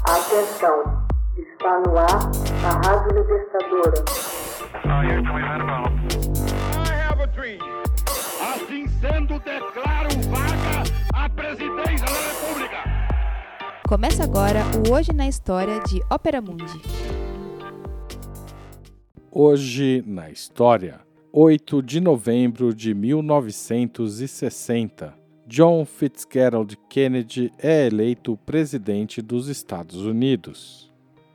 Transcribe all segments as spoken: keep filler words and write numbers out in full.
Atenção, está no ar a Rádio Libertadora. I have a dream. Assim sendo, declaro vaga a presidência da República. Começa agora o Hoje na História de Ópera Mundi. Hoje na História, oito de novembro de mil novecentos e sessenta. John Fitzgerald Kennedy é eleito presidente dos Estados Unidos.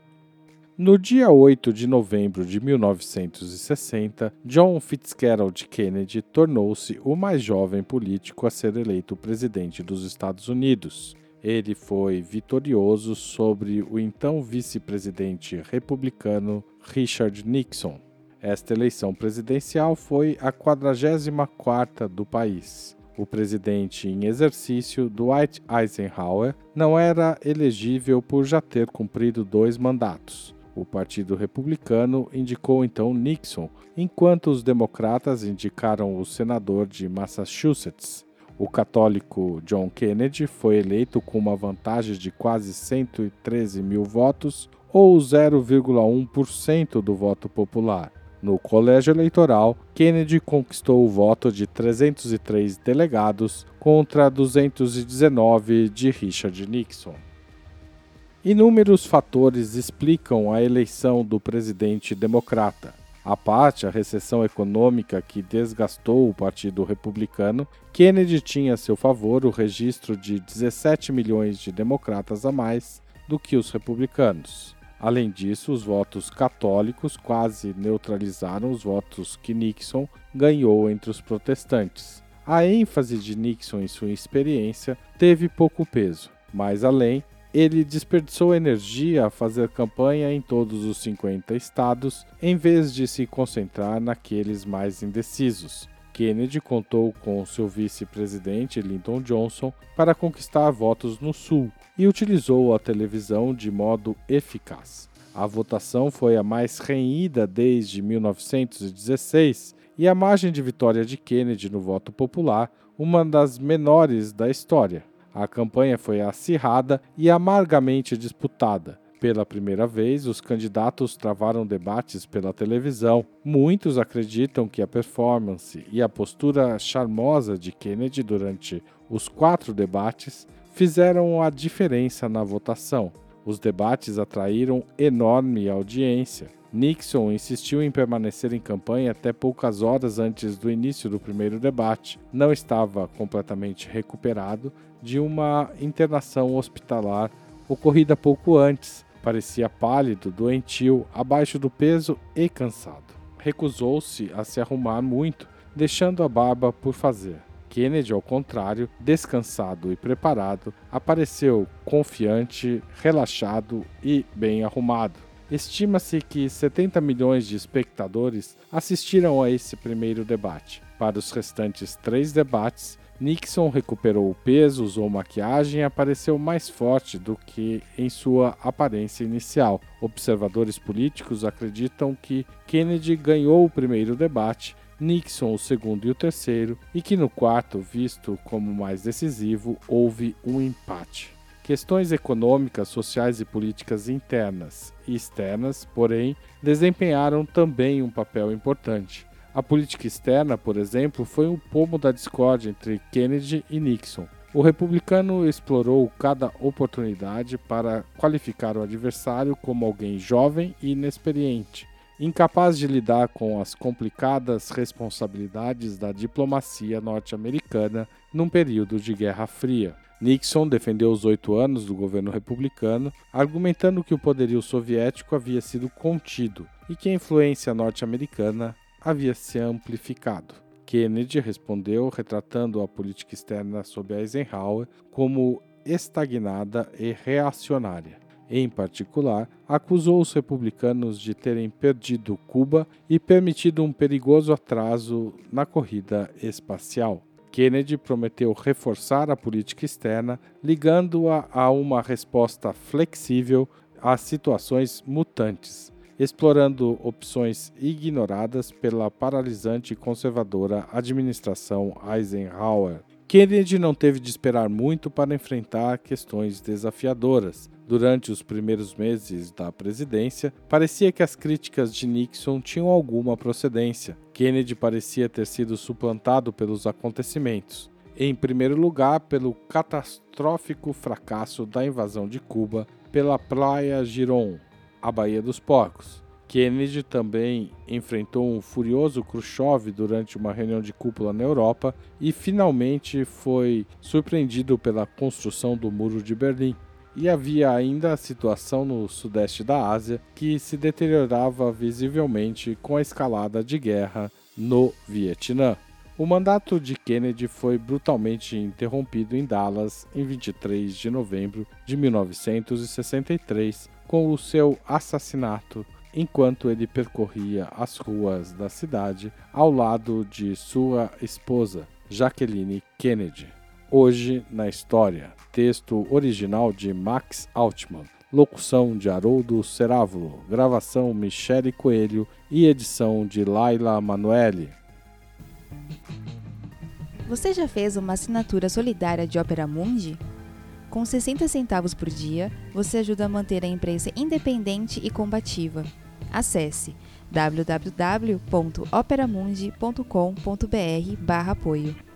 No dia oito de novembro de mil novecentos e sessenta, John Fitzgerald Kennedy tornou-se o mais jovem político a ser eleito presidente dos Estados Unidos. Ele foi vitorioso sobre o então vice-presidente republicano Richard Nixon. Esta eleição presidencial foi a quadragésima quarta do país. O presidente em exercício, Dwight Eisenhower, não era elegível por já ter cumprido dois mandatos. O Partido Republicano indicou então Nixon, enquanto os democratas indicaram o senador de Massachusetts. O católico John Kennedy foi eleito com uma vantagem de quase cento e treze mil votos, ou zero vírgula um por cento do voto popular. No colégio eleitoral, Kennedy conquistou o voto de trezentos e três delegados contra duzentos e dezenove de Richard Nixon. Inúmeros fatores explicam a eleição do presidente democrata. À parte a recessão econômica que desgastou o Partido Republicano, Kennedy tinha a seu favor o registro de dezessete milhões de democratas a mais do que os republicanos. Além disso, os votos católicos quase neutralizaram os votos que Nixon ganhou entre os protestantes. A ênfase de Nixon em sua experiência teve pouco peso. Mais além, ele desperdiçou energia a fazer campanha em todos os cinquenta estados, em vez de se concentrar naqueles mais indecisos. Kennedy contou com seu vice-presidente Lyndon Johnson para conquistar votos no Sul e utilizou a televisão de modo eficaz. A votação foi a mais renhida desde mil novecentos e dezesseis e a margem de vitória de Kennedy no voto popular, uma das menores da história. A campanha foi acirrada e amargamente disputada. Pela primeira vez, os candidatos travaram debates pela televisão. Muitos acreditam que a performance e a postura charmosa de Kennedy durante os quatro debates fizeram a diferença na votação. Os debates atraíram enorme audiência. Nixon insistiu em permanecer em campanha até poucas horas antes do início do primeiro debate. Não estava completamente recuperado de uma internação hospitalar ocorrida pouco antes. Parecia pálido, doentio, abaixo do peso e cansado. Recusou-se a se arrumar muito, deixando a barba por fazer. Kennedy, ao contrário, descansado e preparado, apareceu confiante, relaxado e bem arrumado. Estima-se que setenta milhões de espectadores assistiram a esse primeiro debate. Para os restantes três debates, Nixon recuperou o peso, usou maquiagem e apareceu mais forte do que em sua aparência inicial. Observadores políticos acreditam que Kennedy ganhou o primeiro debate, Nixon o segundo e o terceiro, e que no quarto, visto como mais decisivo, houve um empate. Questões econômicas, sociais e políticas internas e externas, porém, desempenharam também um papel importante. A política externa, por exemplo, foi um pomo da discórdia entre Kennedy e Nixon. O republicano explorou cada oportunidade para qualificar o adversário como alguém jovem e inexperiente, incapaz de lidar com as complicadas responsabilidades da diplomacia norte-americana num período de Guerra Fria. Nixon defendeu os oito anos do governo republicano, argumentando que o poderio soviético havia sido contido e que a influência norte-americana havia se amplificado. Kennedy respondeu retratando a política externa sob Eisenhower como estagnada e reacionária. Em particular, acusou os republicanos de terem perdido Cuba e permitido um perigoso atraso na corrida espacial. Kennedy prometeu reforçar a política externa, ligando-a a uma resposta flexível às situações mutantes, explorando opções ignoradas pela paralisante e conservadora administração Eisenhower. Kennedy não teve de esperar muito para enfrentar questões desafiadoras. Durante os primeiros meses da presidência, parecia que as críticas de Nixon tinham alguma procedência. Kennedy parecia ter sido suplantado pelos acontecimentos. Em primeiro lugar, pelo catastrófico fracasso da invasão de Cuba pela Praia Girón, a Baía dos Porcos. Kennedy também enfrentou um furioso Khrushchev durante uma reunião de cúpula na Europa e finalmente foi surpreendido pela construção do Muro de Berlim. E havia ainda a situação no sudeste da Ásia que se deteriorava visivelmente com a escalada de guerra no Vietnã. O mandato de Kennedy foi brutalmente interrompido em Dallas em vinte e três de novembro de mil novecentos e sessenta e três com o seu assassinato enquanto ele percorria as ruas da cidade ao lado de sua esposa, Jacqueline Kennedy. Hoje na História, texto original de Max Altman, locução de Haroldo Cerávulo, gravação Michele Coelho e edição de Laila Manoeli. Você já fez uma assinatura solidária de Opera Mundi? Com sessenta centavos por dia, você ajuda a manter a imprensa independente e combativa. Acesse w w w ponto operamundi ponto com ponto b r barra apoio.